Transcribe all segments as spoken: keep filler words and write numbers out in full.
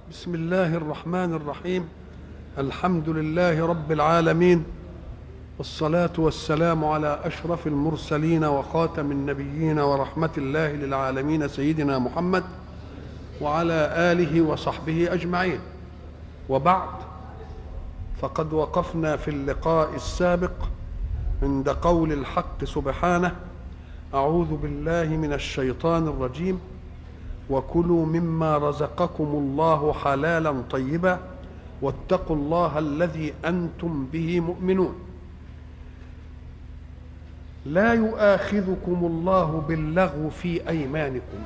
بسم الله الرحمن الرحيم. الحمد لله رب العالمين، والصلاة والسلام على أشرف المرسلين وخاتم النبيين ورحمة الله للعالمين سيدنا محمد وعلى آله وصحبه أجمعين. وبعد، فقد وقفنا في اللقاء السابق عند قول الحق سبحانه: أعوذ بالله من الشيطان الرجيم، وكلوا مما رزقكم الله حلالا طيبا واتقوا الله الذي أنتم به مؤمنون. لا يؤاخذكم الله باللغو في أيمانكم.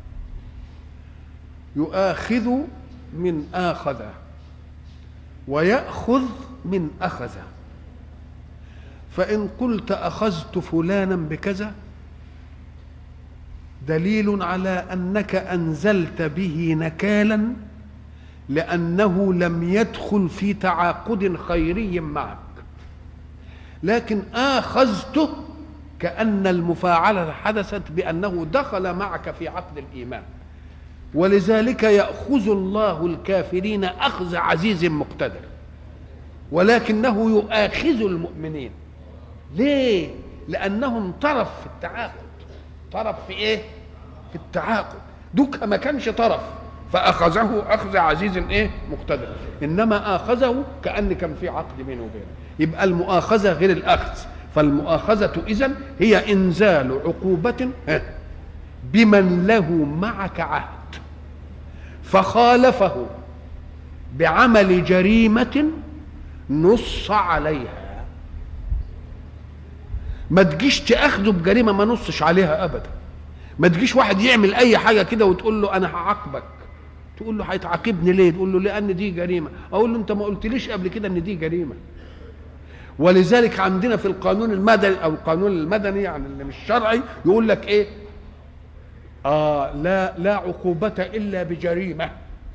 يؤاخذ من آخذ، ويأخذ من أخذ. فإن قلت أخذت فلانا بكذا، دليل على أنك أنزلت به نكالا، لأنه لم يدخل في تعاقد خيري معك. لكن آخذته كأن المفاعلة حدثت بأنه دخل معك في عقد الإيمان، ولذلك يأخذ الله الكافرين أخذ عزيز مقتدر، ولكنه يؤاخذ المؤمنين. ليه؟ لأنهم طرف في التعاقد. طرف في ايه؟ في التعاقد. دوك ما كانش طرف فأخذه أخذ عزيز ايه؟ مقتدر، إنما آخذه كأن كان في عقد بينه وبينه. يبقى المؤاخذة غير الأخذ. فالمؤاخذة إذن هي إنزال عقوبة بمن له معك عهد فخالفه بعمل جريمة نص عليها. ما تجيش تاخده بجريمه ما نصش عليها ابدا. ما تجيش واحد يعمل اي حاجه كده وتقول له انا هعاقبك، تقول له هيتعاقبني ليه؟ تقول له لان دي جريمه. اقول له انت ما قلتليش قبل كده ان دي جريمه. ولذلك عندنا في القانون المدني او القانون المدني يعني اللي مش شرعي يقول لك ايه؟ اه لا لا عقوبه الا بجريمه،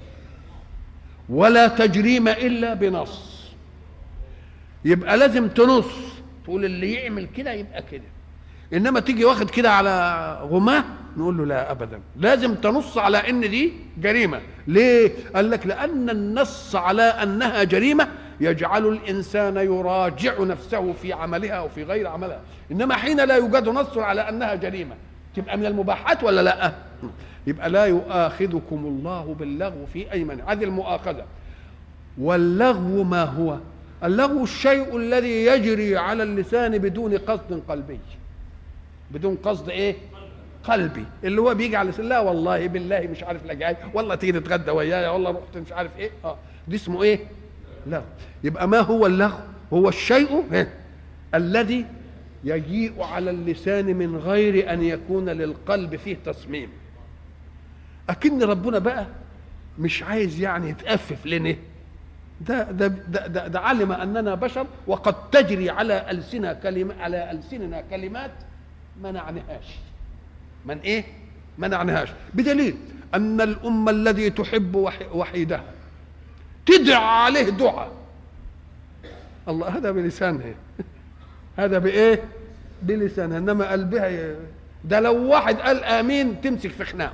ولا تجريم الا بنص. يبقى لازم تنص، تقول اللي يعمل كده يبقى كده. انما تيجي واخد كده على غماه نقول له لا ابدا، لازم تنص على ان دي جريمه. ليه؟ قال لك لان النص على انها جريمه يجعل الانسان يراجع نفسه في عملها وفي غير عملها. انما حين لا يوجد نص على انها جريمه تبقى من المباحات ولا لا؟ يبقى لا يؤاخذكم الله باللغو في ايمانكم. هذه المؤاخذه. واللغو ما هو؟ اللغو الشيء الذي يجري على اللسان بدون قصد قلبي، بدون قصد ايه؟ قلبي. اللي هو بيجي على اللسان، لا والله بالله مش عارف لا جاي، والله تيجي تتغدى ويايا، والله رحت مش عارف ايه. اه دي اسمه ايه؟ لغو. يبقى ما هو اللغو؟ هو الشيء إيه؟ الذي يجيء على اللسان من غير ان يكون للقلب فيه تصميم. اكن ربنا بقى مش عايز يعني يتأفف لنا. ده ده ده, ده, ده علم اننا بشر، وقد تجري على السنة كلمة على السننا كلمات ما نعنيهاش. من ايه؟ ما نعنيهاش. بدليل ان الامه الذي تحب وحيدها تدعى عليه دعاء الله، هذا بلسانها، هذا بايه؟ بلسانها. انما قلبها ده لو واحد قال امين تمسك في خناقه.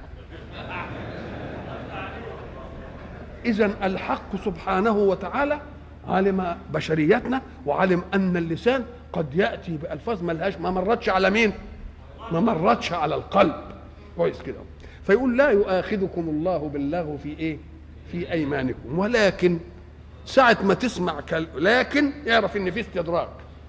إذن الحق سبحانه وتعالى علم بشريتنا، وعلم أن اللسان قد يأتي بألفاظ ما لهاش، ما مرتش على مين؟ ما مرتش على القلب. كويس كده. فيقول لا يؤاخذكم الله باللغو في إيه؟ في أيمانكم، ولكن ساعة ما تسمع كل... لكن يعرف إن في استدراك.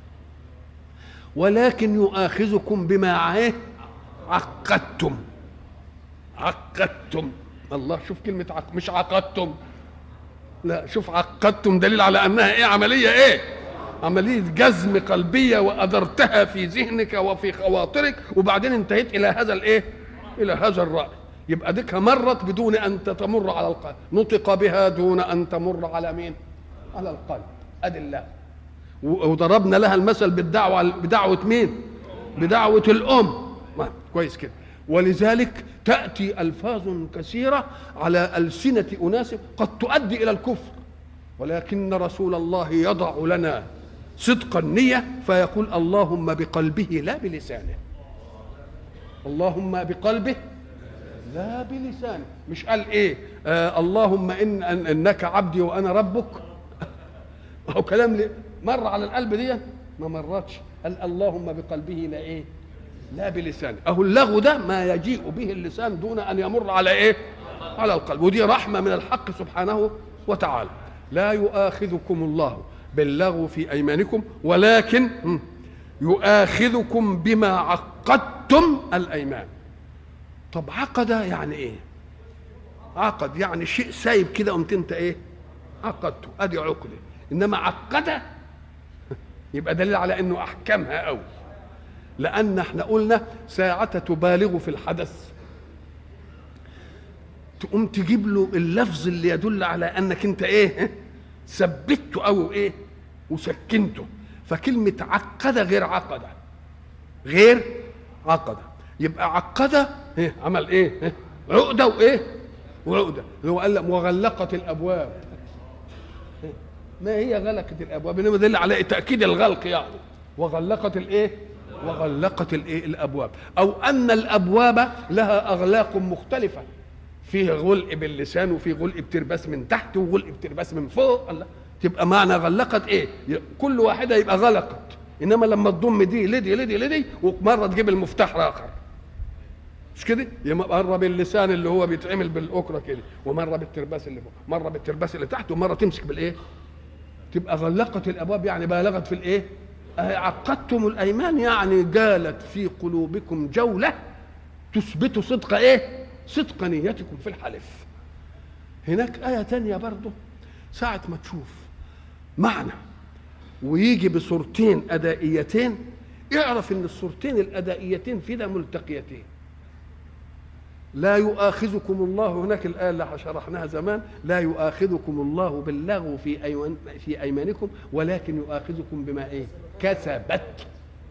ولكن يؤاخذكم بما إيه؟ عقدتم. عقدتم. الله، شوف كلمة عق... مش عقدتم، لا، شوف عقدتم، دليل على انها ايه؟ عملية ايه؟ عملية جزم قلبية، وأدرتها في ذهنك وفي خواطرك، وبعدين انتهيت الى هذا الايه؟ الى هذا الرأي. يبقى ديك مرت بدون ان تمر على القلب، نطق بها دون ان تمر على مين؟ على القلب. ادي الله. وضربنا لها المثل بالدعوة. بدعوة مين؟ بدعوة الأم. كويس كده. ولذلك تأتي ألفاظ كثيرة على ألسنة أناس قد تؤدي إلى الكفر، ولكن رسول الله يضع لنا صدق النية فيقول اللهم بقلبه لا بلسانه. اللهم بقلبه لا بلسانه. مش قال ايه آه اللهم إن, إن انك عبدي وانا ربك هو كلام لي مر على القلب دي ما مرتش. قال اللهم بقلبه لا ايه لا بلسانه. اهو اللغو ده ما يجيء به اللسان دون ان يمر على ايه على القلب. ودي رحمه من الحق سبحانه وتعالى. لا يؤاخذكم الله باللغو في ايمانكم ولكن يؤاخذكم بما عقدتم الايمان. طب عقد يعني ايه؟ عقد يعني شيء سايب كده قمت انت ايه عقدته، ادي عقده. انما عقد يبقى دليل على انه احكمها قوي، لان احنا قلنا ساعة تبالغ في الحدث تقوم تجيب له اللفظ اللي يدل على انك انت ايه ثبته او ايه وسكنته. فكلمة عقد غير عقد، غير عقد. يبقى عقد إيه؟ عمل ايه؟ إيه؟ عقده وايه؟ وعقده. هو قال وغلقت الابواب. إيه؟ ما هي غلقت الابواب؟ انما دل على تاكيد الغلق يعني. وغلقت الايه؟ وغلقت الايه؟ الابواب. او ان الابواب لها اغلاق مختلفه، فيه غلق باللسان وفي غلق بترباس من تحت وغلق بترباس من فوق. الله، تبقى معنى غلقت ايه؟ كل واحده يبقى غلقت. انما لما تضم دي لدي لدي لدي ومره تجيب المفتاح اخر، مش كده؟ مره باللسان اللي هو بيتعمل بالاكره كده، ومره بالترباس اللي فوق، مره بالترباس اللي تحت، ومره تمسك بالايه؟ تبقى غلقت الابواب يعني بالغت في الايه؟ عقدتم الايمان يعني جالت في قلوبكم جوله تثبت صدق ايه؟ صدق نيتكم في الحلف. هناك آية تانية برضه ساعة ما تشوف معنى ويجي بصورتين أدائيتين اعرف ان الصورتين الأدائيتين في ده ملتقيتين. لا يؤاخذكم الله، هناك الآية اللي شرحناها زمان، لا يؤاخذكم الله باللغو في أيمان في أيمانكم ولكن يؤاخذكم بما ايه؟ كسبت.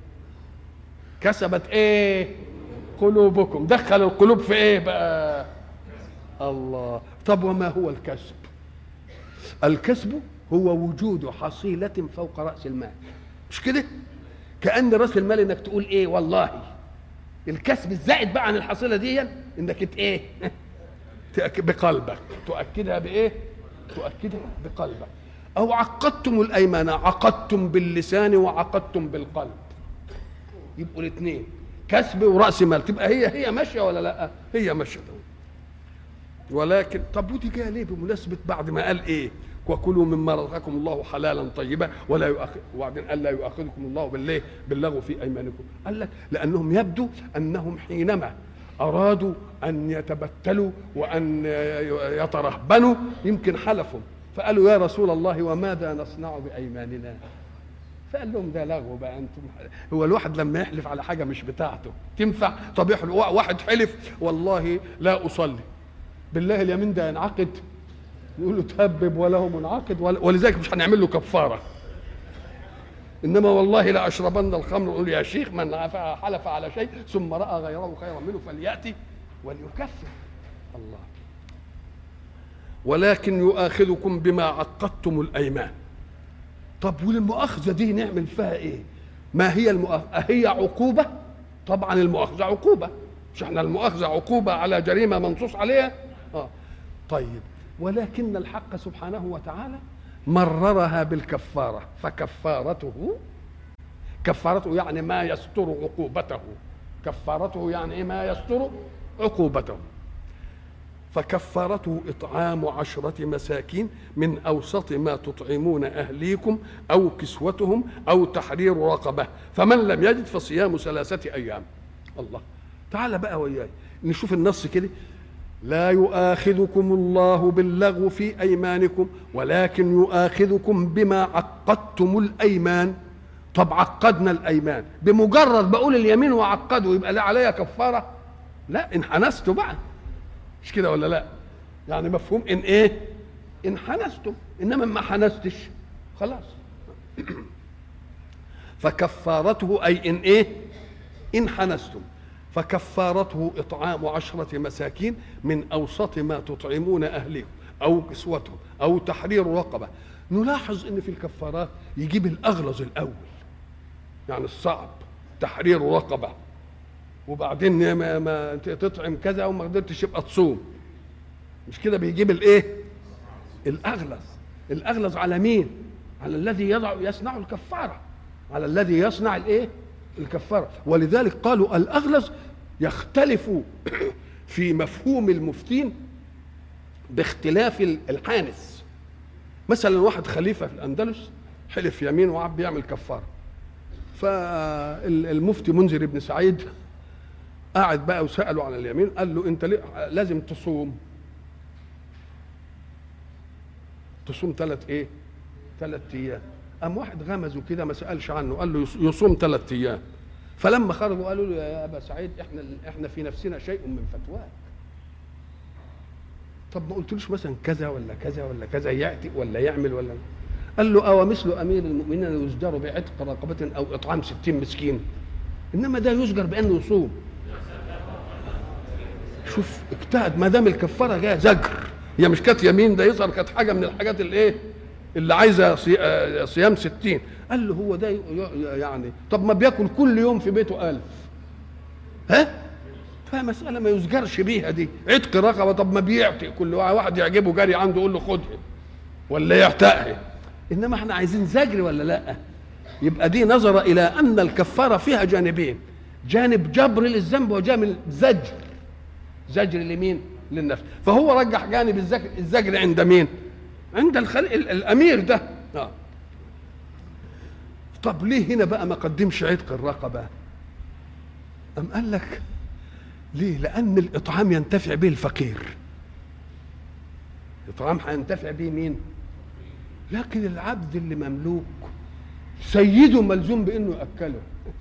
كسبت ايه؟ قلوبكم. دخل القلوب في ايه بقى؟ الله. طب وما هو الكسب؟ الكسب هو وجود حصيلة فوق رأس المال، مش كده؟ كأن رأس المال انك تقول ايه والله. الكسب الزائد بقى عن الحصيلة دي انك ايه بقلبك تؤكدها بايه؟ تؤكدها بقلبك. او عقدتم الايمان، عقدتم باللسان وعقدتم بالقلب، يبقوا الاثنين كسب ورأس مال. تبقى هي هي ماشيه ولا لا؟ هي ماشيه. ولكن طب ودي جايه ليه بمناسبه بعد ما قال ايه؟ وكلوا مما رزقكم الله حلالا طيبا ولا يؤاخذ، وبعدين قال لا يؤاخذكم الله بالله باللغو في ايمانكم. قال لك لانهم يبدو انهم حينما ارادوا ان يتبتلوا وان يترهبنوا يمكن حلفوا، فقالوا يا رسول الله وماذا نصنع بايماننا؟ فقال لهم ده لغو بقى. انتم هو الواحد لما يحلف على حاجه مش بتاعته تنفع؟ طب يحلف واحد حلف والله لا اصلي، بالله اليمين ده ينعقد؟ يقول له تهبب وله منعقد، ولذلك مش هنعمل له كفاره. انما والله لا اشربن الخمر، يقول يا شيخ من حلف على شيء ثم راى غيره خيرا منه فلياتي وليكفر. الله. ولكن يؤاخذكم بما عقدتم الايمان. طب والمؤاخذه دي نعمل فيها ايه؟ ما هي المؤاخذه؟ هي عقوبه؟ طبعا المؤاخذه عقوبه، مش احنا المؤاخذه عقوبه على جريمه منصوص عليها؟ اه طيب. ولكن الحق سبحانه وتعالى مررها بالكفاره، فكفارته كفارته يعني ما يستر عقوبته. كفارته يعني ايه؟ ما يستر عقوبته. فكفارته إطعام عشرة مساكين من أوسط ما تطعمون أهليكم أو كسوتهم أو تحرير رقبة، فمن لم يجد فصيام ثلاثة أيام. الله. تعال بقى وياي نشوف النص كده. لا يؤاخذكم الله باللغو في أيمانكم ولكن يؤاخذكم بما عقدتم الأيمان. طب عقدنا الأيمان، بمجرد بقول اليمين وعقده يبقى لا عليا كفارة؟ لا، انحنستوا بقى، مش كده ولا لا؟ يعني مفهوم ان ايه؟ ان حنستم. انما ما حنستش خلاص. فكفارته اي ان ايه؟ ان حنستم. فكفارته اطعام عشرة مساكين من اوسط ما تطعمون اهليكم او كسوتهم او تحرير رقبة. نلاحظ ان في الكفارات يجيب الاغلظ الاول، يعني الصعب تحرير رقبة، وبعدين ما, ما تطعم كذا وما قدرتش يبقى تصوم. مش كده بيجيب الايه؟ الاغلظ. الاغلظ على مين؟ على الذي يضع يصنع الكفاره، على الذي يصنع الايه؟ الكفاره. ولذلك قالوا الاغلظ يختلف في مفهوم المفتين باختلاف الحانث. مثلا واحد خليفه في الاندلس حلف يمين وعب بيعمل كفاره، فالمفتي منذر بن سعيد قاعد بقى وسأله عن اليمين، قال له انت لازم تصوم تصوم ثلاث ايه؟ ثلاث ايام. قام واحد غمزه كده ما سألش عنه، قال له يصوم ثلاث ايام. فلما خرجوا قالوا له يا ابا سعيد احنا احنا في نفسنا شيء من فتواك. طب ما قلتلوش مثلا كذا ولا كذا ولا كذا ياتي ولا يعمل ولا؟ قال له او مثل امير المؤمنين يزجر بعتق رقبه او اطعام ستين مسكين، انما ده يزجر بانه يصوم. شوف اجتهد، ما دام الكفاره جايه زجر، هي مش كانت يمين، ده يظهر كانت حاجه من الحاجات الايه اللي عايزه صيام ستين. قال له هو ده يعني طب ما بياكل كل يوم في بيته ألف، ها؟ فمساله ما يزجرش بيها دي، عتق رقبه. طب ما بيعتق كل واحد يعجبه جري عنده يقول له خدها ولا يعتقها، انما احنا عايزين زجر ولا لا؟ يبقى دي نظر الى ان الكفاره فيها جانبين، جانب جبر للذنب وجانب زجر، زجر لمين؟ للنفس. فهو رجح جانب الزجر, الزجر عند مين؟ عند الخلق الامير ده. آه. طب ليه هنا بقى ما قدمش عتق الرقبه؟ ام قال لك ليه؟ لان الاطعام ينتفع به الفقير، الاطعام هينتفع به مين؟ لكن العبد اللي مملوك سيده ملزوم بانه ياكله،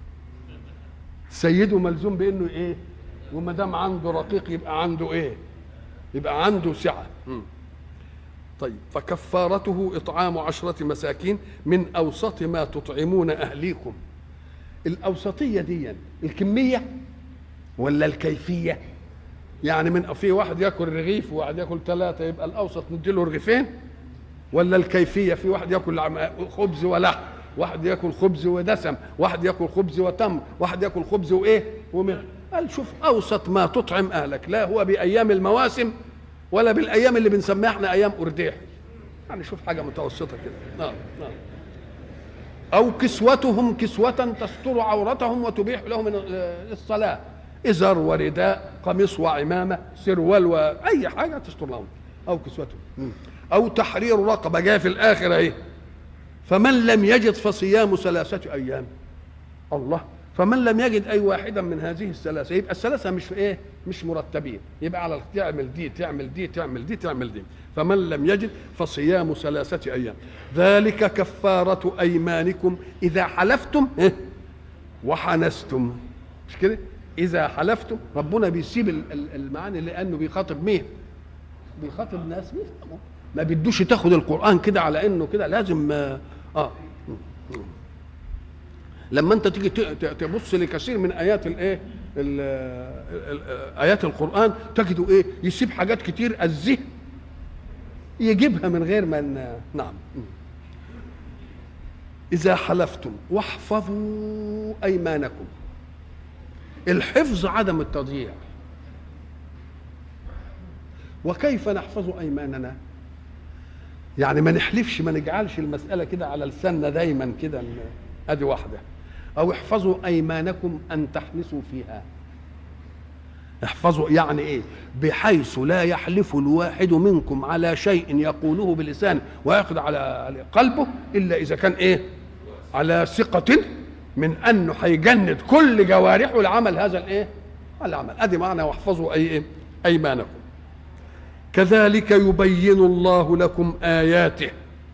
سيده ملزوم بانه ايه؟ وما دام عنده رقيق يبقى عنده ايه؟ يبقى عنده سعه. طيب فكفارته اطعام عشرة مساكين من اوسط ما تطعمون اهليكم. الاوسطيه دي الكميه ولا الكيفيه؟ يعني من في واحد ياكل رغيف وواحد ياكل ثلاثه، يبقى الاوسط نديله رغيفين، ولا الكيفيه في واحد ياكل خبز ولحم، واحد ياكل خبز ودسم، واحد ياكل خبز وتمر، واحد ياكل خبز وايه ومغ. قال شوف اوسط ما تطعم اهلك، لا هو بايام المواسم ولا بالايام اللي بنسميها احنا ايام ارداح، يعني شوف حاجه متوسطه كده. نعم نعم. او كسوتهم كسوه تستر عورتهم وتبيح لهم الصلاه، ازار ورداء، قميص وعمامه، سروال واي حاجه تستر لهم، او كسوتهم. او تحرير رقبه جايه في الاخر اهي. فمن لم يجد فصيام ثلاثه ايام. الله، فمن لم يجد اي واحده من هذه الثلاثه، يبقى الثلاثه مش في ايه؟ مش مرتبين، يبقى على تعمل دي تعمل دي تعمل دي تعمل دي. فمن لم يجد فصيام ثلاثه ايام، ذلك كفاره ايمانكم اذا حلفتم وحنستم. مش كده؟ اذا حلفتم، ربنا بيسيب المعاني لانه بيخاطب مين؟ بيخاطب ناس بيفهموا، ما بيدوش تاخد القران كده على انه كده لازم اه, آه. لما انت تيجي تبص لكثير من ايات الايه ايات القران تجدوا ايه؟ يسيب حاجات كتير الذهن يجيبها من غير ما. نعم. اذا حلفتم واحفظوا ايمانكم. الحفظ عدم التضييع. وكيف نحفظ ايماننا؟ يعني ما نحلفش، ما نجعلش المساله كده على لساننا دايما كده، ادي واحده. او احفظوا ايمانكم ان تحنسوا فيها. احفظوا يعني ايه؟ بحيث لا يحلف الواحد منكم على شيء يقوله بلسانه ويعقد على قلبه الا اذا كان ايه؟ على ثقه من انه هيجند كل جوارحه لعمل هذا الايه؟ العمل. ادي معنى واحفظوا اي ايه؟ ايمانكم. كذلك يبين الله لكم آياته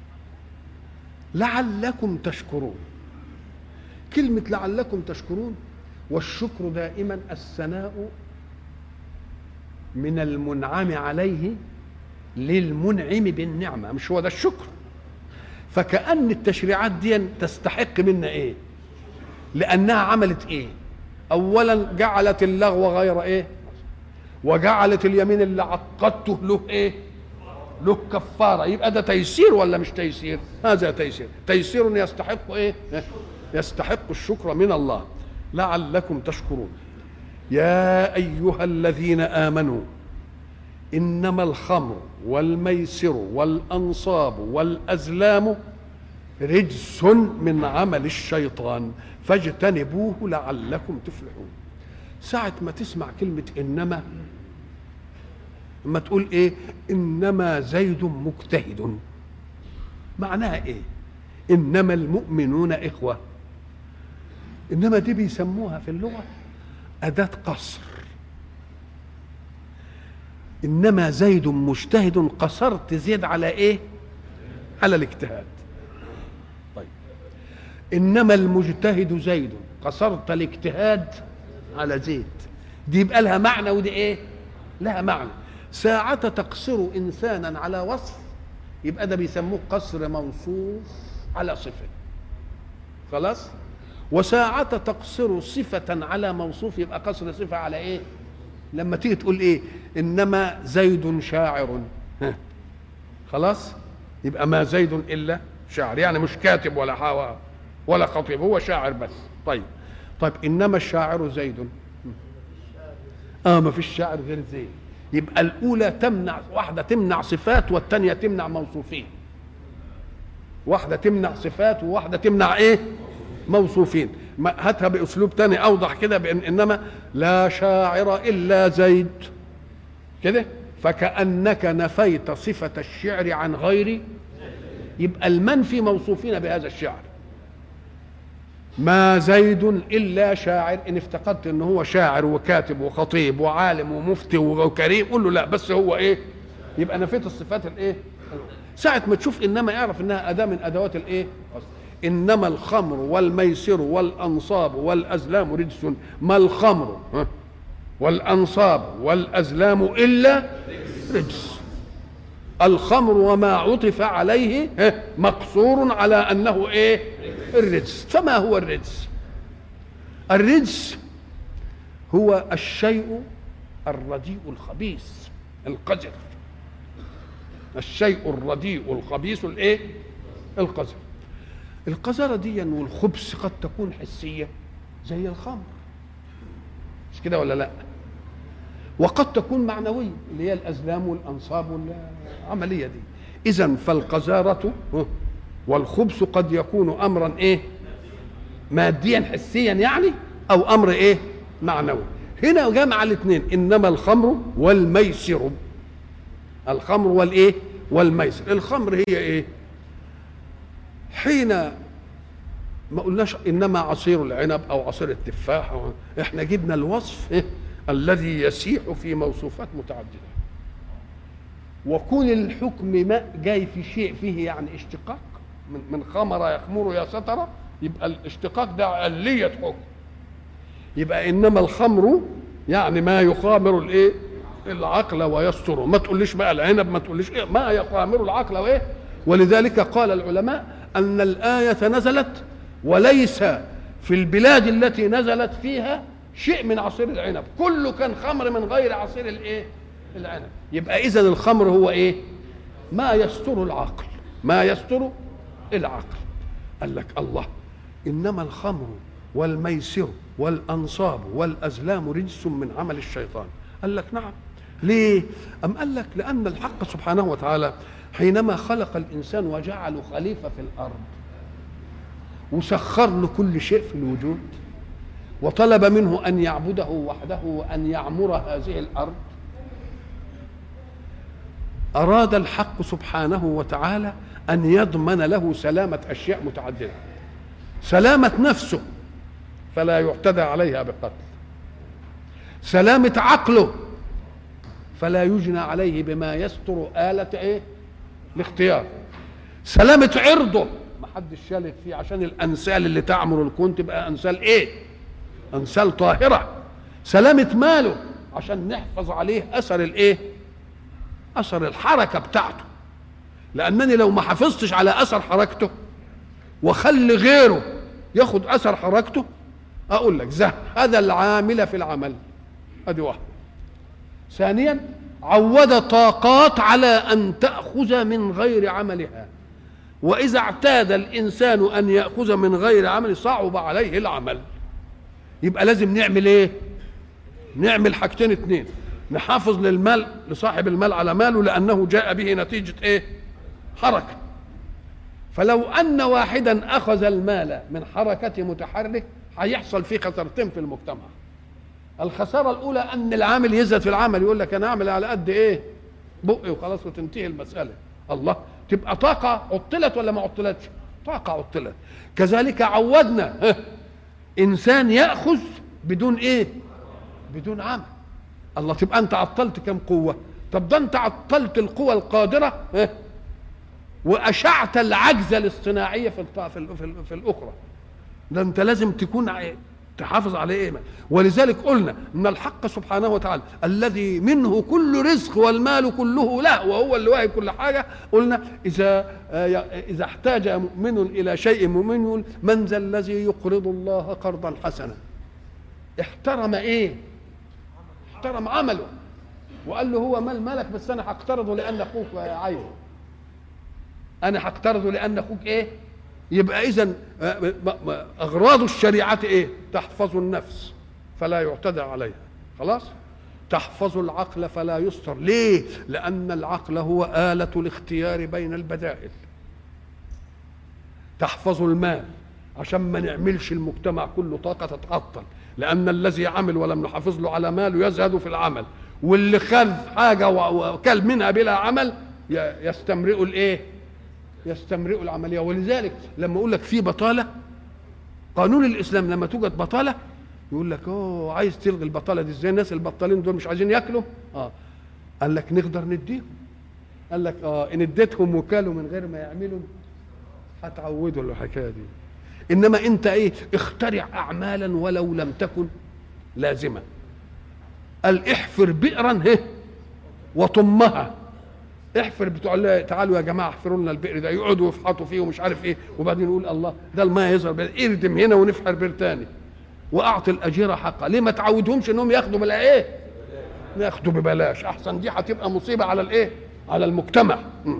لعلكم تشكرون. كلمة لعلكم تشكرون، والشكر دائما الثناء من المنعم عليه للمنعم بالنعمة، مش هو ده الشكر؟ فكأن التشريعات دي تستحق منا ايه؟ لأنها عملت ايه؟ أولا جعلت اللغو غير ايه؟ وجعلت اليمين اللي عقدته له ايه؟ له كفاره. يبقى ده تيسير ولا مش تيسير؟ هذا تيسير، تيسير يستحق ايه؟ يستحق الشكر من الله. لعلكم تشكرون. يا أيها الذين آمنوا إنما الخمر والميسر والأنصاب والأزلام رجس من عمل الشيطان فاجتنبوه لعلكم تفلحون. ساعة ما تسمع كلمة إنما، ما تقول إيه؟ إنما زيد مجتهد، معناها إيه؟ إنما المؤمنون إخوة. إنما دي بيسموها في اللغة أداة قصر. إنما زيد مجتهد، قصرت زيد على إيه؟ على الاجتهاد. طيب إنما المجتهد زيد، قصرت الاجتهاد على زيد. دي يبقى لها معنى ودي إيه؟ لها معنى. ساعة تقصر إنسانا على وصف يبقى ده بيسموه قصر موصوف على صفة، خلاص. وساعة تقصر صفة على موصوف يبقى قصر صفة على إيه؟ لما تيجي تقول إيه؟ إنما زيد شاعر، خلاص، يبقى ما زيد إلا شاعر، يعني مش كاتب ولا حاوى ولا خطيب، هو شاعر بس. طيب طيب إنما الشاعر زيد، آه ما فيش شاعر غير زيد. يبقى الأولى تمنع، واحدة تمنع صفات والثانية تمنع موصوفين. واحدة تمنع صفات وواحدة تمنع إيه؟ موصوفين. هاتها بأسلوب تاني أوضح كده، بأن إنما لا شاعر إلا زيد كده، فكأنك نفيت صفة الشعر عن غير، يبقى المنفي موصوفين بهذا الشعر. ما زيد إلا شاعر، إن افتقدت إن هو شاعر وكاتب وخطيب وعالم ومفتي وكريم، قول له لا بس هو إيه؟ يبقى نفيت الصفات الإيه؟ ساعة ما تشوف إنما اعرف إنها أداة من أدوات الإيه؟ إنما الخمر والميسر والأنصاب والأزلام رجس. ما الخمر والأنصاب والأزلام إلا رجس. الخمر وما عطف عليه مقصور على أنه إيه؟ الرجس. فما هو الرجس؟ الرجس هو الشيء الرديء الخبيث القذر. الشيء الرديء الخبيث الايه؟ القذر. القذرة دي والخبث قد تكون حسية زي الخمر، مش كده ولا لا؟ وقد تكون معنوية اللي هي الأزلام والأنصاب والعملية دي. إذن فالقذارة والخبث قد يكون أمرا إيه؟ ماديا حسيا يعني، أو أمر إيه؟ معنوي. هنا جمع الاثنين، إنما الخمر والميسر. الخمر والإيه؟ والميسر. الخمر هي إيه؟ حين ما قلناش إنما عصير العنب أو عصير التفاح، إحنا جبنا الوصف إيه؟ الذي يسيح في موصوفات متعددة. وكون الحكم ما جاي في شيء فيه يعني اشتقاق، من من خمر يخمر يا سترة، يبقى الاشتقاق ده علية حكم. يبقى إنما الخمر يعني ما يخامر الإيه؟ العقل ويستره. ما تقوليش بقى العنب، ما تقوليش إيه؟ ما يخامر العقل وإيه؟ ولذلك قال العلماء أن الآية نزلت وليس في البلاد التي نزلت فيها شيء من عصير العنب، كله كان خمر من غير عصير الايه؟ العنب. يبقى إذن الخمر هو ايه؟ ما يستر العقل، ما يستر العقل. قال لك الله، إنما الخمر والميسر والأنصاب والأزلام رجس من عمل الشيطان. قال لك نعم. ليه؟ أم قال لك لأن الحق سبحانه وتعالى حينما خلق الإنسان وجعله خليفة في الأرض وسخر له كل شيء في الوجود وطلب منه أن يعبده وحده وأن يعمر هذه الأرض، أراد الحق سبحانه وتعالى أن يضمن له سلامة أشياء متعددة. سلامة نفسه فلا يعتدى عليها بقتل، سلامة عقله فلا يجنى عليه بما يستر آلة إيه؟ الاختيار، سلامة عرضه ما حدش شالك فيه، عشان الأنسال اللي تعمر الكون تبقى أنسال إيه؟ أنسال طاهرة. سلامة ماله عشان نحفظ عليه أثر الإيه؟ أثر الحركة بتاعته، لأنني لو ما حافظتش على أثر حركته وخلي غيره ياخد أثر حركته، أقول لك زه هذا العامل في العمل، أدي واحد. ثانيا عود طاقات على أن تأخذ من غير عملها، وإذا اعتاد الإنسان أن يأخذ من غير عمل صعب عليه العمل. يبقى لازم نعمل إيه؟ نعمل حاجتين اتنين: نحافظ للمال، لصاحب المال على ماله، لأنه جاء به نتيجة ايه؟ حركة. فلو أن واحدا أخذ المال من حركة متحرك هيحصل فيه خسارتين في المجتمع. الخسارة الأولى أن العامل يزهد في العمل، يقول لك أنا أعمل على قد إيه؟ بقي وخلاص وتنتهي المسألة. الله، تبقى طاقة عطلت ولا ما عطلتش؟ طاقة عطلت. كذلك عودنا إنسان يأخذ بدون إيه؟ بدون عمل. الله، تبقى أنت عطلت كم قوة؟ طب ده أنت عطلت القوة القادرة وأشعت العجز الاصطناعية في في في الأخرى. ده أنت لازم تكون تحافظ على ايه. ولذلك قلنا ان الحق سبحانه وتعالى الذي منه كل رزق والمال كله له وهو اللي واهب كل حاجه، قلنا اذا اذا احتاج مؤمن الى شيء، مؤمن يقول من ذا الذي يقرض الله قرضا حسنا. احترم ايه؟ احترم عمله وقال له هو مال مالك، بس انا هقترضه لان اخوك عايزه، انا هقترضه لان اخوك ايه. يبقى اذن اغراض الشريعه ايه؟ تحفظ النفس فلا يعتدى عليها، خلاص. تحفظ العقل فلا يستر. ليه؟ لان العقل هو آلة الاختيار بين البدائل. تحفظ المال عشان ما نعملش المجتمع كله طاقه تتعطل، لان الذي عمل ولم نحافظ له على ماله يزهد في العمل، واللي خذ حاجه وكل منها بلا عمل يستمرئ الايه؟ يستمرئ العمليه. ولذلك لما اقول لك في بطاله، قانون الاسلام لما توجد بطاله يقول لك اوه عايز تلغي البطاله دي ازاي؟ الناس البطالين دول مش عايزين ياكلوا. اه قال لك نقدر نديهم. قال لك اه ان اديتهم وكالوا من غير ما يعملوا هتعودوا الحكايه دي. انما انت ايه؟ اخترع اعمالا ولو لم تكن لازمه. قال احفر بئرا هه وطمها. احفر بتوع الله، تعالوا يا جماعه احفروا لنا البئر ده، يقعدوا يفحطوا فيه ومش عارف ايه، وبعدين يقول الله ده الماء يظهر، اردم هنا ونفحر بئر تاني واعطي الاجير حقه. ليه ما تعودهمش انهم ياخدوا بلا ايه؟ ياخدوا ببلاش. احسن، دي هتبقى مصيبه على الايه؟ على المجتمع. م.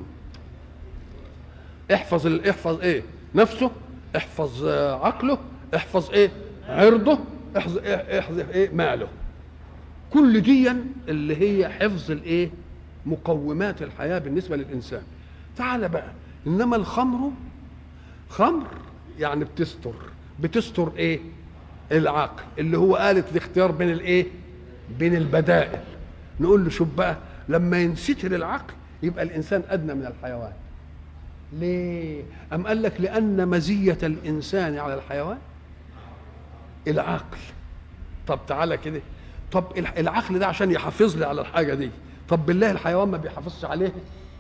احفظ ال... احفظ ايه؟ نفسه، احفظ عقله، احفظ ايه؟ عرضه، احفظ ايه؟ احفظ ايه؟ ماله. كل دي اللي هي حفظ الايه؟ مقومات الحياة بالنسبة للإنسان. تعال بقى، إنما الخمر خمر يعني بتستر بتستر إيه؟ العقل اللي هو آلة الاختيار بين الإيه؟ بين البدائل. نقول له شوف بقى، لما ينستر العقل يبقى الإنسان أدنى من الحيوان. ليه؟ أم قال لك لأن مزية الإنسان على الحيوان العقل. طب تعالى كده، طب العقل ده عشان يحافظ لي على الحاجة دي، طب بالله الحيوان ما بيحافظش عليه؟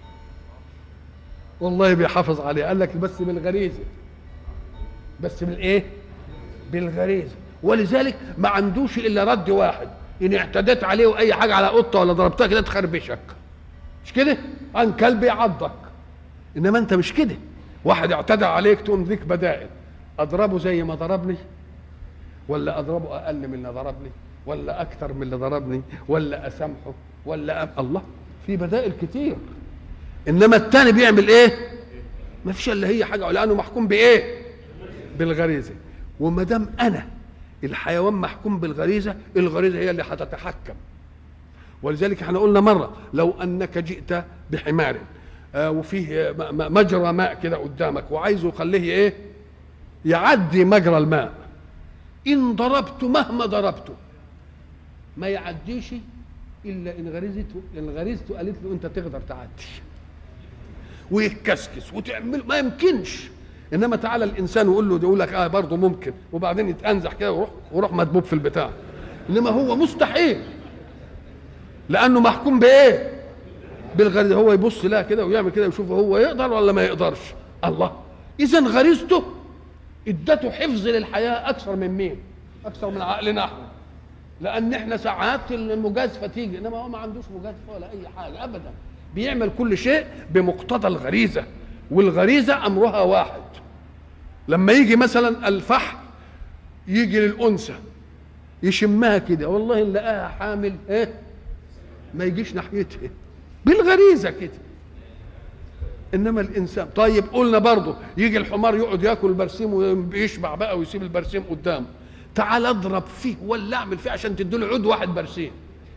والله بيحافظ عليه. قال لك بس بالغريزه، بس بالايه؟ بالغريزه. ولذلك ما عندوش الا رد واحد، ان اعتديت عليه واي حاجه على قطه ولا ضربتها كده تخربشك، مش كده؟ عن كلب يعضك. انما انت مش كده، واحد اعتدى عليك تقوم ليك بدائل. اضربه زي ما ضربني، ولا اضربه اقل من اللي ضربني، ولا اكثر من اللي ضربني، ولا اسامحه، ولا أم... الله، في بدائل كتير. انما الثاني بيعمل ايه؟ ما فيش الا هي حاجه، لانه محكوم بايه؟ بالغريزه. وما دام انا الحيوان محكوم بالغريزه، الغريزه هي اللي هتتحكم. ولذلك احنا قلنا مره لو انك جئت بحمار آه وفيه مجرى ماء كده قدامك وعايزه يخليه ايه؟ يعدي مجرى الماء، ان ضربته مهما ضربته ما يعديش الا ان غريزته ان غريزته قالت له انت تقدر تعدي، ويتكسكس وتعمل، ما يمكنش. انما تعالى الانسان ويقول له، يقول لك اه برضه ممكن، وبعدين يتأنزح كده ويروح ويروح مدبوب في البتاع. انما هو مستحيل، لانه محكوم بايه؟ بالغريزه. هو يبص لها كده ويعمل كده ويشوف هو يقدر ولا ما يقدرش. الله، اذا غريزته ادته حفظ للحياه اكثر من مين؟ اكثر من عقلنا احنا. لان احنا ساعات المجازفه تيجي، انما هو ما عندوش مجازفه ولا اي حاجه ابدا، بيعمل كل شيء بمقتضى الغريزه. والغريزه امرها واحد. لما يجي مثلا الفحل يجي للانثى يشمها كده، والله ان لقاها حامل ايه؟ ما يجيش ناحيتها بالغريزه كده. انما الانسان، طيب قلنا برضه يجي الحمار يقعد ياكل البرسيم ويشبع بقى ويسيب البرسيم قدامه، تعال اضرب فيه ولا اعمل فيه عشان تديله عود واحد برسيم،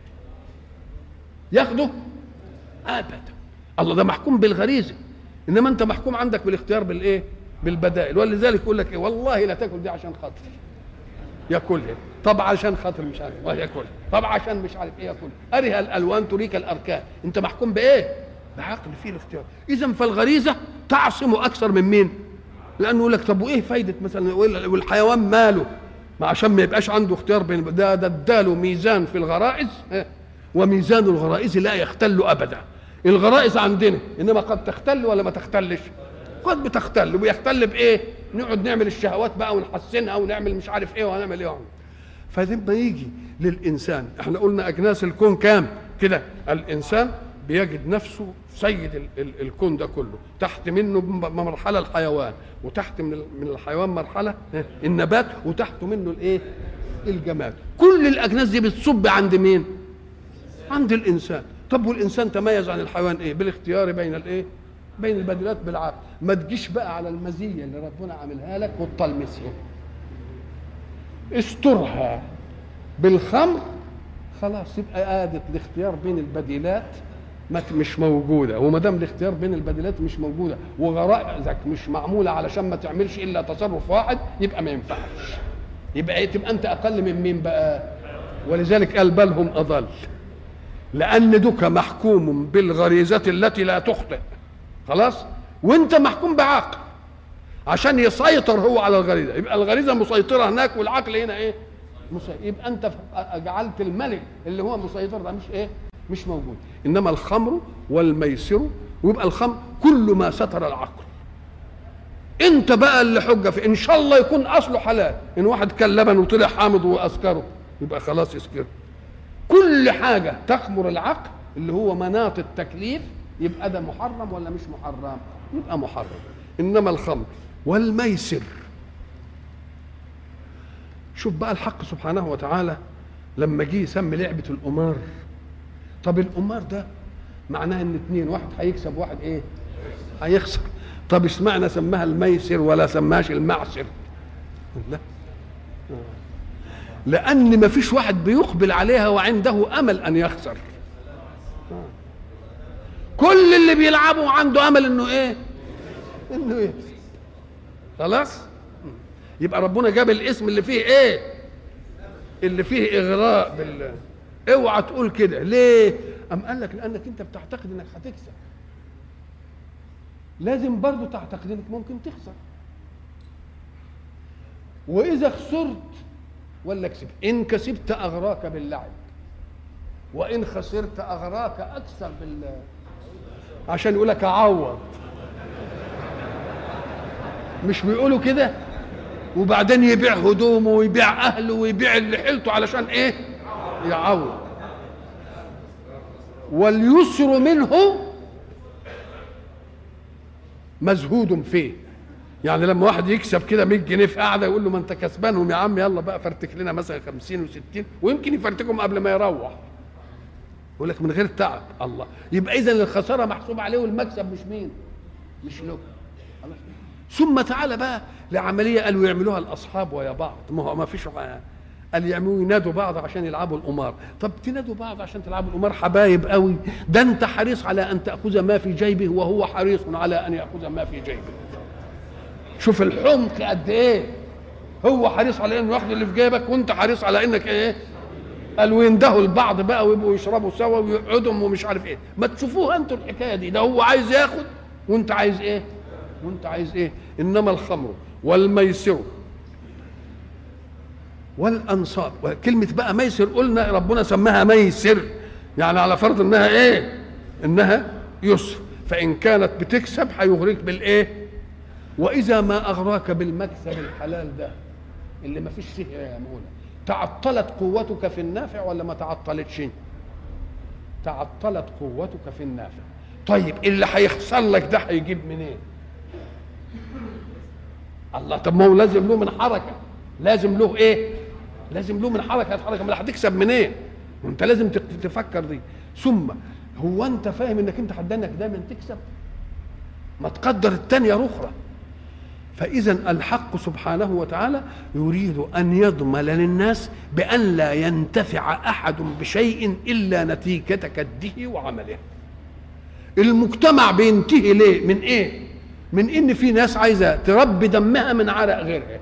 ياخده ابدا. الله ده محكوم بالغريزه، انما انت محكوم عندك بالاختيار بالايه؟ بالبدائل. ولذلك يقول لك ايه؟ والله لا تاكل دي عشان خاطر ياكلها، طب عشان خاطر مش عارف وياكلها، طب عشان مش عارف ايه ياكلها. ارها الالوان تريك الاركان، انت محكوم بايه؟ بعقل فيه الاختيار. اذا فالغريزه تعصم اكثر من مين؟ لانه يقول لك طب وايه فايده مثلا والحيوان ماله؟ ما عشان ما يبقاش عنده اختيار بين ده، ده اداله ميزان في الغرائز، وميزان الغرائز لا يختل ابدا. الغرائز عندنا انما قد تختل ولا ما تختلش؟ قد بتختل. ويختل بايه؟ نقعد نعمل الشهوات بقى ونحسنها ونعمل مش عارف ايه ونعمل ايه. فلما يجي للانسان، احنا قلنا اجناس الكون كام كده؟ الانسان بيجد نفسه سيد ال ال الكون ده كله، تحت منه مرحله الحيوان، وتحت من من الحيوان مرحله النبات، وتحت منه الايه؟ الجماد. كل الاجناس دي بتصب عند مين؟ عند الانسان. طب والانسان تميز عن الحيوان ايه؟ بالاختيار بين الايه؟ بين البديلات بالعقل. ما تجيش بقى على المزيه اللي ربنا عاملها لك وتطلمسها، استرها بالخمر، خلاص يبقى آدت الاختيار بين البديلات مش موجوده. وما دام الاختيار بين البديلات مش موجوده وغرائزك مش معموله علشان ما تعملش الا تصرف واحد، يبقى ما ينفعش. يبقى ايه؟ تبقى انت اقل من مين بقى؟ ولذلك قال بل هم اضل، لان دوك محكوم بالغريزه التي لا تخطئ، خلاص، وانت محكوم بعقل عشان يسيطر هو على الغريزه. يبقى الغريزه مسيطره هناك والعقل هنا ايه؟ مسيطر. يبقى انت جعلت الملك اللي هو مسيطر ده مش ايه؟ مش موجود. انما الخمر والميسر، ويبقى الخمر كل ما ستر العقل. انت بقى اللي حجه في ان شاء الله يكون اصله حلال، ان واحد كل لبن وطلع حامض واسكره يبقى خلاص يسكره. كل حاجه تخمر العقل اللي هو مناط التكليف يبقى ده محرم ولا مش محرم؟ يبقى محرم. انما الخمر والميسر، شوف بقى الحق سبحانه وتعالى لما جه يسمي لعبه القمار. طب القمار ده معناها ان اتنين، واحد هيكسب واحد ايه؟ هيخسر. طب اشمعنى سماها الميسر ولا سماهاش المعسر؟ لا، لان ما فيش واحد بيقبل عليها وعنده امل ان يخسر. كل اللي بيلعبوا عنده امل انه ايه؟ انه يكسب. خلاص؟ يبقى ربنا جاب الاسم اللي فيه ايه؟ اللي فيه اغراء بال اوعى تقول كده. ليه؟ ام قال لك لانك انت بتعتقد انك هتكسب، لازم برضو تعتقد انك ممكن تخسر. واذا خسرت ولا كسبت، ان كسبت اغراك باللعب، وان خسرت اغراك اكثر بال عشان يقول لك اعوض. مش بيقولوا كده؟ وبعدين يبيع هدومه ويبيع اهله ويبيع اللي حيلته علشان ايه؟ يعوض. واليسر منه مزهود فيه. يعني لما واحد يكسب كده مية جنيه في قاعده يقول له ما انت كسبانهم يا عم، يلا بقى فرتك لنا مثلا خمسين وستين، ويمكن يفرتكم قبل ما يروح، يقول لك من غير تعب. الله، يبقى اذا الخساره محسوب عليه والمكسب مش مين؟ مش له. ثم تعالى بقى لعمليه قالوا يعملوها الاصحاب ويا بعض. ما هو ما فيش، قال يعملوا ينادوا بعض عشان يلعبوا القمار. طب تنادوا بعض عشان تلعبوا القمار حبايب قوي، ده انت حريص على ان تاخذ ما في جيبه وهو حريص على ان ياخذ ما في جيبه. شوف الحمق قد ايه. هو حريص على انه ياخذ اللي في جيبك وانت حريص على انك ايه؟ قالوا يندهوا البعض بقى ويبقوا يشربوا سوا ويقعدوا ومش عارف ايه. ما تشوفوها انتوا الحكايه دي، ده هو عايز ياخد وانت عايز ايه؟ وانت عايز ايه؟ انما الخمر والميسر والانصاب، وكلمه بقى ميسر قلنا ربنا سماها ميسر، يعني على فرض انها ايه؟ انها يسر. فان كانت بتكسب هيغريك بالايه؟ واذا ما اغراك بالمكسب الحلال ده اللي ما فيش فيه يا مولا، تعطلت قوتك في النافع ولا ما تعطلتش؟ تعطلت قوتك في النافع. طيب اللي هيخسر لك ده هيجيب منين؟ الله، طب ما هو لازم له من حركه، لازم له ايه؟ لازم له من حركه حركه، ما هتكسب منين؟ وانت لازم تفكر دي. ثم هو انت فاهم انك انت حدانك دايما تكسب؟ ما تقدر الثانيه اخرى. فإذا الحق سبحانه وتعالى يريد أن يضمن للناس بأن لا ينتفع أحد بشيء إلا نتيجة كده وعمله. المجتمع بينتهي ليه؟ من إيه؟ من إن في ناس عايزة تربي دمها من عرق غيرها.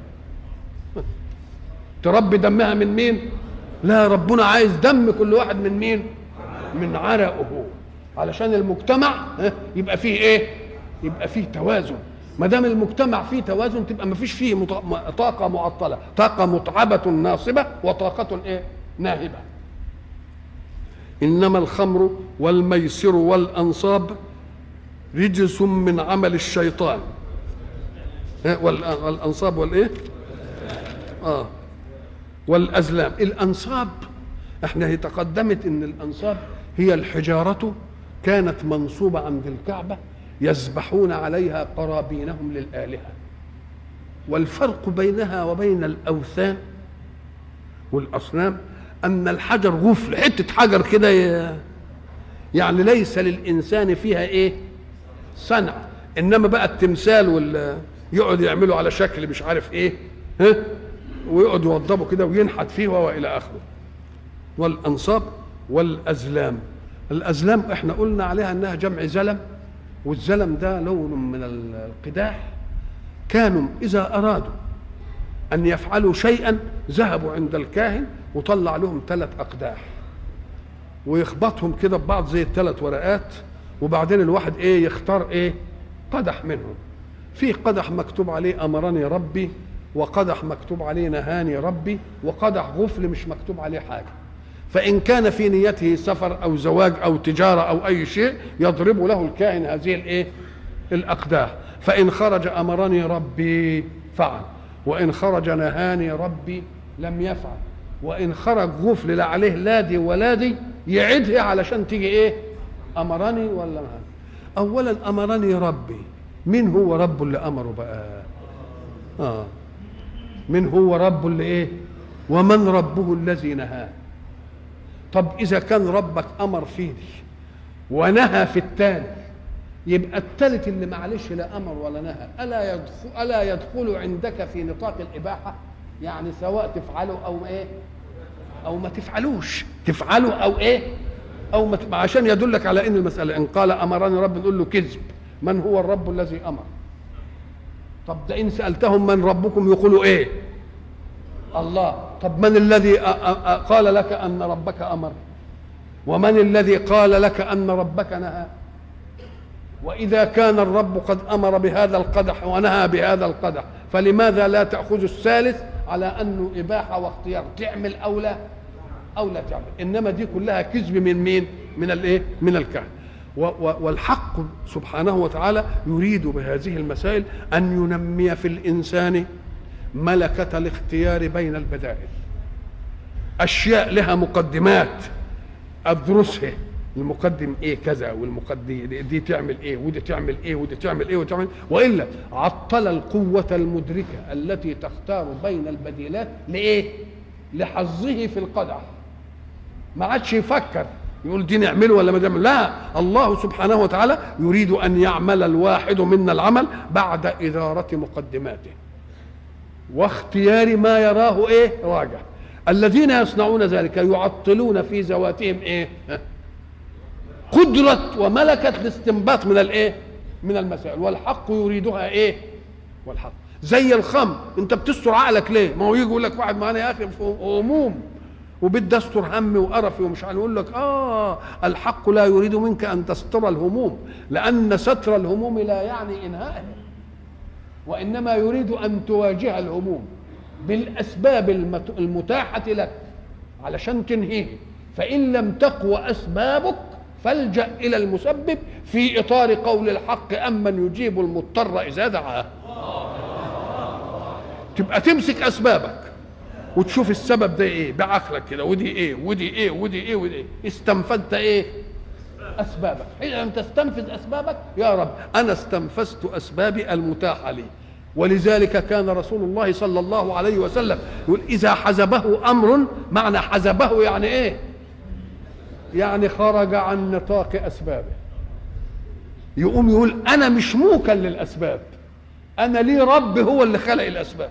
تربي دمها من مين؟ لا، ربنا عايز دم كل واحد من مين؟ من عرقه، علشان المجتمع يبقى فيه إيه؟ يبقى فيه توازن. ما دام المجتمع فيه توازن تبقى ما فيش فيه طاقة معطلة، طاقة متعبة ناصبة وطاقة إيه؟ ناهبة. إنما الخمر والميسر والأنصاب رجس من عمل الشيطان. والأنصاب والإيه؟ آه والأزلام. الأنصاب احنا هي تقدمت إن الأنصاب هي الحجارة كانت منصوبة عند الكعبة يذبحون عليها قرابينهم للآلهة. والفرق بينها وبين الأوثان والأصنام أن الحجر غفل، حتة حجر كده يعني ليس للإنسان فيها إيه؟ صنع. إنما بقى التمثال وال يقعد يعملوا على شكل مش عارف إيه، ها، ويقعد يوضبوا كده وينحت فيه وإلى آخره. والأنصاب والأزلام. الأزلام إحنا قلنا عليها أنها جمع زلم، والزلم ده لون من القداح. كانوا إذا أرادوا أن يفعلوا شيئا ذهبوا عند الكاهن وطلع لهم ثلاث أقداح ويخبطهم كده ببعض زي الثلاث ورقات، وبعدين الواحد إيه يختار إيه قدح منهم. في قدح مكتوب عليه أمرني ربي، وقدح مكتوب عليه نهاني ربي، وقدح غفل مش مكتوب عليه حاجة. فإن كان في نيته سفر أو زواج أو تجارة أو أي شيء يضرب له الكاهن هذه الإيه الأقداح. فإن خرج أمرني ربي فعل، وإن خرج نهاني ربي لم يفعل، وإن خرج غفل لا عليه لا دي ولا دي يعيدها علشان تيجي إيه أمرني ولا نهاني. أولا أمرني ربي، مين هو رب اللي أمره بقى؟ آه من هو رب اللي إيه؟ ومن ربه الذي نهاه؟ طب إذا كان ربك أمر فيه دي ونهى في الثاني، يبقى الثالث اللي معلش لا أمر ولا نهى ألا يدخل ألا يدخل عندك في نطاق الإباحة؟ يعني سواء تفعله أو إيه أو ما تفعلوش، تفعله أو إيه أو ما تفعل، عشان يدلك على إن المسألة إن قال أمرني رب نقول له كذب. من هو الرب الذي أمر؟ طب ده إن سألتهم من ربكم يقولوا إيه؟ الله. طب من الذي قال لك أن ربك أمر؟ ومن الذي قال لك أن ربك نهى؟ وإذا كان الرب قد أمر بهذا القدح ونهى بهذا القدح، فلماذا لا تأخذ الثالث على أنه إباحة واختيار، تعمل أو لا أو لا تعمل؟ إنما دي كلها كذب من مين؟ من الإيه؟ من الكهنة. والحق سبحانه وتعالى يريد بهذه المسائل أن ينمي في الإنسان ملكة الاختيار بين البدائل. أشياء لها مقدمات أدرسها، المقدم إيه كذا، والمقدم دي تعمل إيه ودي تعمل إيه ودي تعمل إيه وتعمل، وإلا عطل القوة المدركة التي تختار بين البديلات لإيه؟ لحظه في القدح. ما عادش يفكر يقول دي نعمله ولا ما نعمله. لا، الله سبحانه وتعالى يريد أن يعمل الواحد منا العمل بعد إدارة مقدماته واختيار ما يراه ايه راجع. الذين يصنعون ذلك يعطلون في ذواتهم ايه قدرة وملكة الاستنباط من الايه من المسائل، والحق يريدها ايه والحق. زي الخمر، انت بتستر عقلك ليه؟ ما هو يجي يقول لك واحد معانا يا اخي في هموم وبدي استر همي وقرفي ومش عارف، يقول لك اه الحق لا يريد منك ان تستر الهموم، لان ستر الهموم لا يعني انهائها، وإنما يريد أن تواجه الهموم بالأسباب المتاحة لك علشان تنهيه. فإن لم تقوى أسبابك فالجأ إلى المسبب في إطار قول الحق أمن يجيب المضطر إذا دعاه. تبقى تمسك أسبابك وتشوف السبب ده إيه بعقلك كده، ودي إيه ودي إيه ودي إيه ودي إيه، استنفذت إيه أسبابك. حين أن تستنفذ أسبابك يا رب أنا استنفذت أسبابي المتاحة لي. ولذلك كان رسول الله صلى الله عليه وسلم يقول إذا حزبه أمر، معنى حزبه يعني إيه؟ يعني خرج عن نطاق أسبابه، يقوم يقول أنا مش موكل للأسباب، انا لي رب هو اللي خلق الاسباب،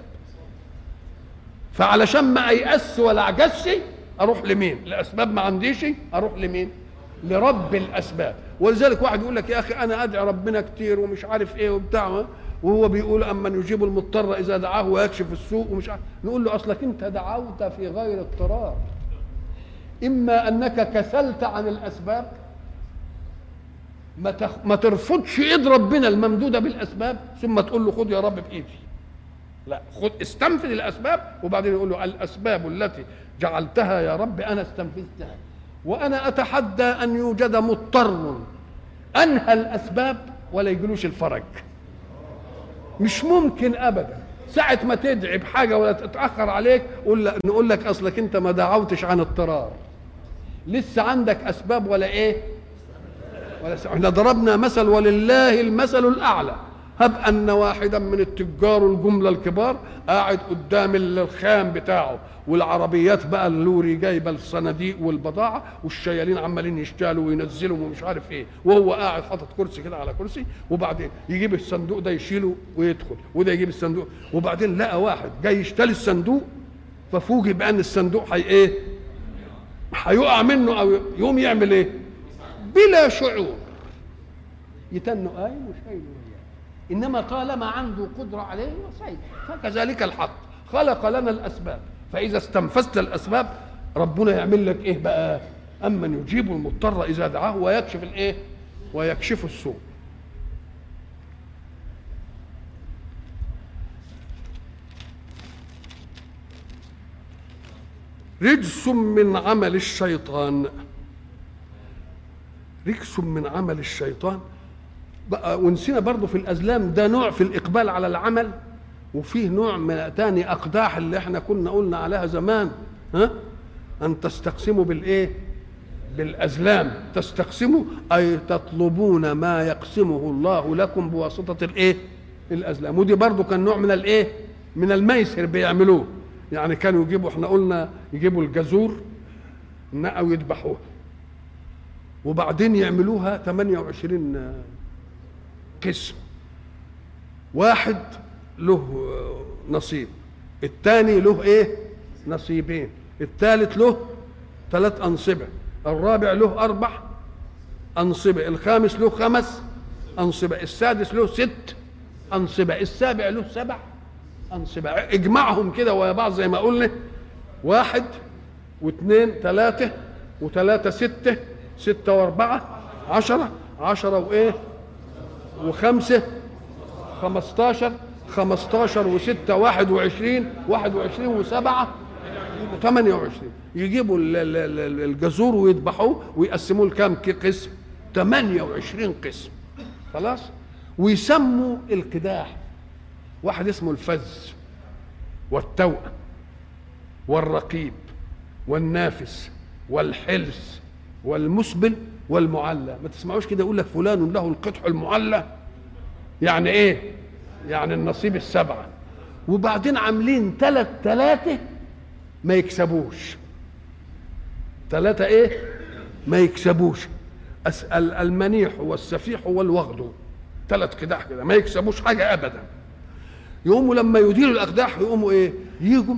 فعلشان ما ايأس ولا اعجزش اروح لمين؟ الاسباب ما عنديش، اروح لمين؟ لرب الاسباب. ولذلك واحد يقول لك يا اخي انا ادعي ربنا كتير ومش عارف ايه وبتاع، وهو بيقول اما يجيب المضطر اذا دعاه ويكشف السوء ومش عارف. نقول له اصلك انت دعوت في غير اضطرار، اما انك كسلت عن الاسباب، ما تخ... ما ترفضش ايد ربنا الممدوده بالاسباب ثم تقول له خد يا رب بايدي، لا، خد استنفذ الاسباب وبعدين يقول له الاسباب التي جعلتها يا رب انا استنفذتها، وانا اتحدى ان يوجد مضطر انهى الاسباب ولا يجلوش الفرج، مش ممكن ابدا. ساعه ما تدعي بحاجه ولا تتاخر عليك قول نقول لك اصلك انت ما دعوتش عن اضطرار، لسه عندك اسباب ولا ايه ولا س... احنا ضربنا مثل ولله المثل الاعلى. هب ان واحدا من التجار الجمله الكبار قاعد قدام الخام بتاعه والعربيات بقى اللوري جايبه الصناديق والبضاعه والشيالين عمالين يشتغلوا وينزلوا ومش عارف ايه، وهو قاعد حاطط كرسي كده على كرسي، وبعدين يجيب الصندوق ده يشيله ويدخل وده يجيب الصندوق، وبعدين لقى واحد جاي يشتري الصندوق ففوجئ بان الصندوق هي ايه؟ هيقع منه او يقوم يعمل ايه؟ بلا شعور يتنه قايم وشايله، انما طالما عنده قدره عليه وسيد. فكذلك الحق خلق لنا الاسباب، فاذا استنفذت الاسباب ربنا يعمل لك ايه بقى؟ امن يجيب المضطر اذا دعاه ويكشف الايه؟ ويكشف السوء. رجس من عمل الشيطان، رجس من عمل الشيطان بقى. ونسينا برضو في الازلام ده نوع في الاقبال على العمل، وفيه نوع من تاني اقداح اللي احنا كنا قلنا عليها زمان، ها؟ ان تستقسموا بالايه؟ بالازلام. تستقسموا اي تطلبون ما يقسمه الله لكم بواسطه الايه؟ الازلام. ودي برضو كان نوع من الايه؟ من الميسر بيعملوه، يعني كانوا يجيبوا، احنا قلنا يجيبوا الجزور او يذبحوها وبعدين يعملوها ثمانية وعشرين قسم، واحد له نصيب، الثاني له ايه؟ نصيبين، الثالث له ثلاث انصبه، الرابع له اربع انصبه، الخامس له خمس انصبه، السادس له ست انصبه، السابع له سبع انصبه. اجمعهم كده ويا بعض زي ما قلنا، واحد واثنين ثلاثه وثلاثه سته، ستة وأربعة عشرة، عشرة وإيه؟ وخمسة خمستاشر، خمستاشر وستة واحد وعشرين، واحد وعشرين وسبعة ثمانية وعشرين. يجيبوا الجزور ويذبحوه ويقسموه لكام قسم؟ ثمانية وعشرين قسم، خلاص؟ ويسموا القداح، واحد اسمه الفز والتوأم والرقيب والنافس والحلس والمسبل والمعلى. ما تسمعوش كده يقول لك فلان له القدح المعلى، يعني ايه؟ يعني النصيب السبعه. وبعدين عاملين ثلاث ثلاثه ما يكسبوش، ثلاثه ايه؟ ما يكسبوش، اسال المنيح والسفيح والوغد، ثلاث قداح كده ما يكسبوش حاجه ابدا. يقوموا لما يديروا الاقداح يقوموا ايه؟ يجوا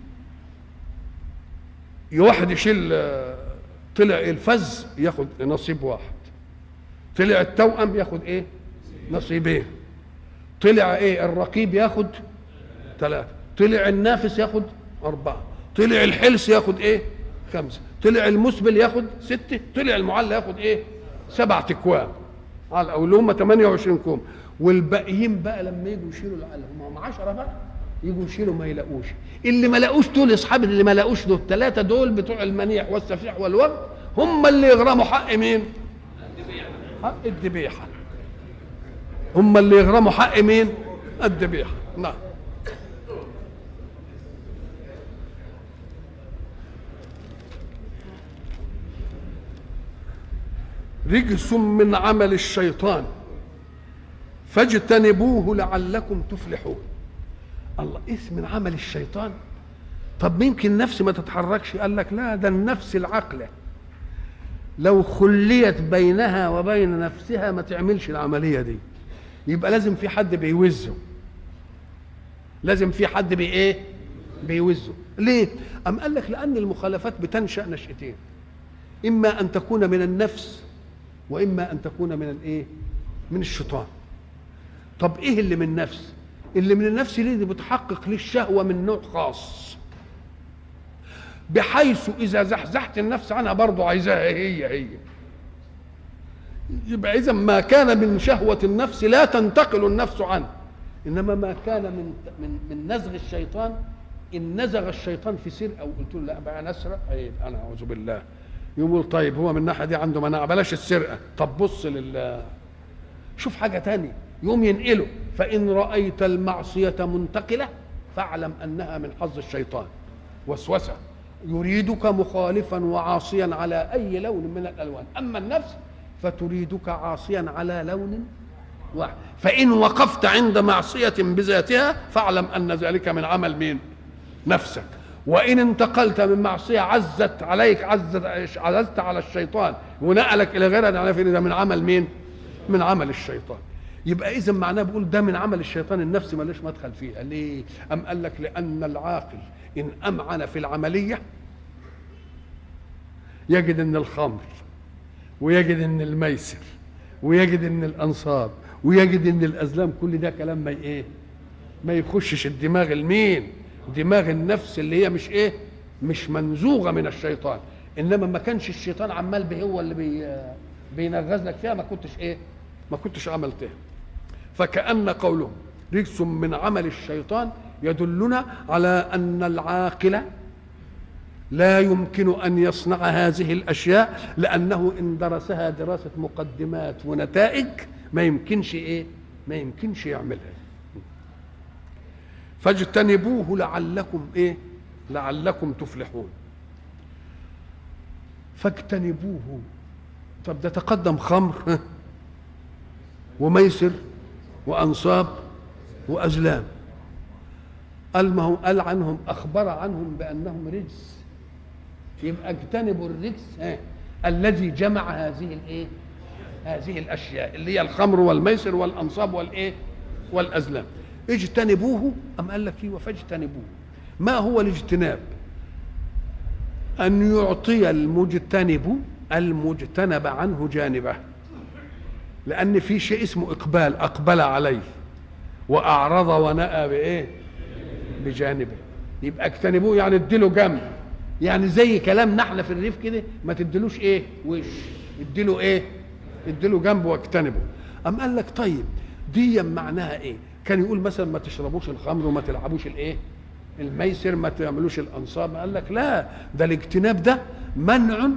واحد يشيل، طلع الفز ياخد نصيب واحد، طلع التوأم ياخد ايه؟ نصيبين، طلع ايه؟ الرقيب ياخد ثلاثة، طلع النافس ياخد أربعة، طلع الحلس ياخد ايه؟ خمسة، طلع المسبل ياخد ستة، طلع المعلى ياخد ايه؟ سبعة اكوام، على او اللي هم ثمانية وعشرين كوم. والباقيين بقى لما يجوا يشيلوا العلم هم عشرة بقى، يجوا يشيلوا ما يلاقوش. اللي ما لاقوش دول اصحاب اللي ما لاقوش دول الثلاثه دول بتوع المنيح والسفيح والوغد هم اللي يغرموا حق مين؟ حق الذبيحه. هم اللي يغرموا حق مين؟ الذبيحه. نعم. رجس من عمل الشيطان فاجتنبوه لعلكم تفلحون. الله، اسم من عمل الشيطان. طب ممكن النفس ما تتحركش؟ قال لك لا، ده النفس العقله لو خليت بينها وبين نفسها ما تعملش العمليه دي، يبقى لازم في حد بيوزه. لازم في حد بي ايه بيوزه. ليه؟ أم قال لك لأن المخالفات بتنشأ نشأتين، إما أن تكون من النفس وإما أن تكون من الايه من الشيطان. طب ايه اللي من النفس؟ اللي من النفس اللي بتحقق للشهوة من نوع خاص، بحيث إذا زحزحت النفس عنها برضو عايزاها هي هي. يبقى إذا ما كان من شهوة النفس لا تنتقل النفس عنه، إنما ما كان من من من نزغ الشيطان، إن نزغ الشيطان في سرقة وقلت له لا بقى نسرق، عيب أنا أعوذ بالله، يقول طيب هو من الناحية دي عنده مناعة بلاش السرقة، طب بص لل شوف حاجة تانية يقوم ينقله. فإن رأيت المعصية منتقلة فاعلم أنها من حظ الشيطان، وسوسة يريدك مخالفا وعاصيا على أي لون من الألوان. أما النفس فتريدك عاصيا على لون واحد، فإن وقفت عند معصية بذاتها فاعلم أن ذلك من عمل مين؟ نفسك. وإن انتقلت من معصية عزت عليك عزت عززت على الشيطان ونقلك إلى غيرها، نعرف إن ده من عمل مين؟ من عمل الشيطان. يبقى إذا معناه بيقول ده من عمل الشيطان، النفس مالوش مدخل فيها. ليه؟ أم قال لك لأن العاقل إن أمعن في العملية يجد إن الخمر ويجد إن الميسر ويجد إن الأنصاب ويجد إن الأزلام كل ده كلام ما إيه؟ ما يخشش الدماغ المين؟ دماغ النفس اللي هي مش إيه؟ مش منزوغة من الشيطان. إنما ما كانش الشيطان عمال به هو اللي بي بينغز لك فيها ما كنتش إيه؟ ما كنتش عملتها. فكأن قولهم رجس من عمل الشيطان يدلنا على أن العاقل لا يمكن أن يصنع هذه الأشياء، لأنه إن درسها دراسة مقدمات ونتائج ما يمكنش إيه؟ ما يمكنش يعملها. فاجتنبوه لعلكم إيه؟ لعلكم تفلحون. فاجتنبوه. طب ده تقدم خمر وميسر وأنصاب وأزلام، قال ما هو قال عنهم أخبر عنهم بأنهم رجس، يبقى اجتنبوا الرجس الذي جمع هذه الايه؟ هذه الأشياء اللي هي الخمر والميسر والأنصاب والايه؟ والأزلام. اجتنبوه. أم قال لك ايوه فاجتنبوه. ما هو الاجتناب؟ أن يعطي المجتنب المجتنب عنه جانبه، لأن في شيء اسمه إقبال، أقبل عليه وأعرض ونأى بإيه؟ بجانبه. يبقى اجتنبوه يعني اديله جنب، يعني زي كلامنا احنا في الريف كده، ما تديلوش ايه؟ وش، اديله ايه؟ اديله جنب واجتنبه. أم قال لك طيب دي معناها ايه؟ كان يقول مثلا ما تشربوش الخمر وما تلعبوش الايه؟ الميسر، ما تعملوش الأنصاب. قال لك لا، ده الاجتناب ده منع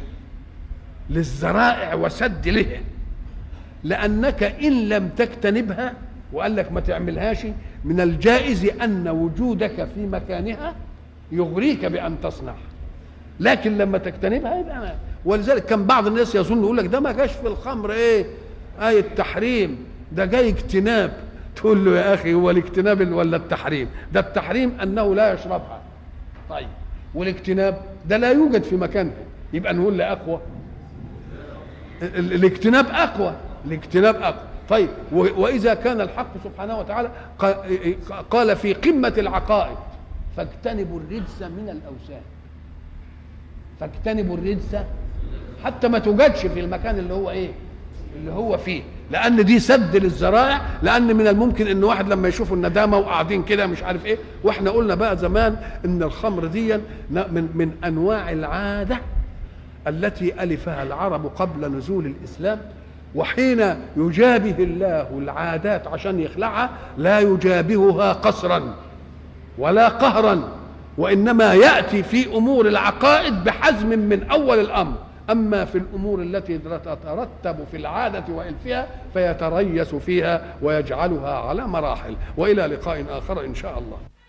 للذرائع وسد لها، لأنك إن لم تجتنبها وقال لك ما تعملهاش، من الجائز أن وجودك في مكانها يغريك بأن تصنع، لكن لما تجتنبها يبقى ما. ولذلك كان بعض الناس يظن يقول لك ده ما جاش في الخمر ايه؟ آية تحريم، ده جاي اجتناب. تقول له يا أخي هو الاجتناب ولا التحريم؟ ده التحريم أنه لا يشربها، طيب، والاجتناب ده لا يوجد في مكانها، يبقى نقول له أقوى، الاجتناب أقوى، الاجتناب أقوى. طيب وإذا كان الحق سبحانه وتعالى قال في قمة العقائد فاجتنبوا الرجس من الأوثان، فاجتنبوا الرجس حتى ما توجدش في المكان اللي هو ايه؟ اللي هو فيه، لأن دي سد للذرائع. لأن من الممكن إن واحد لما يشوفوا الندامة وقاعدين كده مش عارف إيه، وإحنا قلنا بقى زمان إن الخمر دي من من أنواع العادة التي ألفها العرب قبل نزول الإسلام، وحين يجابه الله العادات عشان يخلعها لا يجابهها قسرا ولا قهرا، وإنما يأتي في أمور العقائد بحزم من أول الأمر. أما في الأمور التي تترتب في العادة وإلفها فيتريث فيها ويجعلها على مراحل. وإلى لقاء آخر إن شاء الله.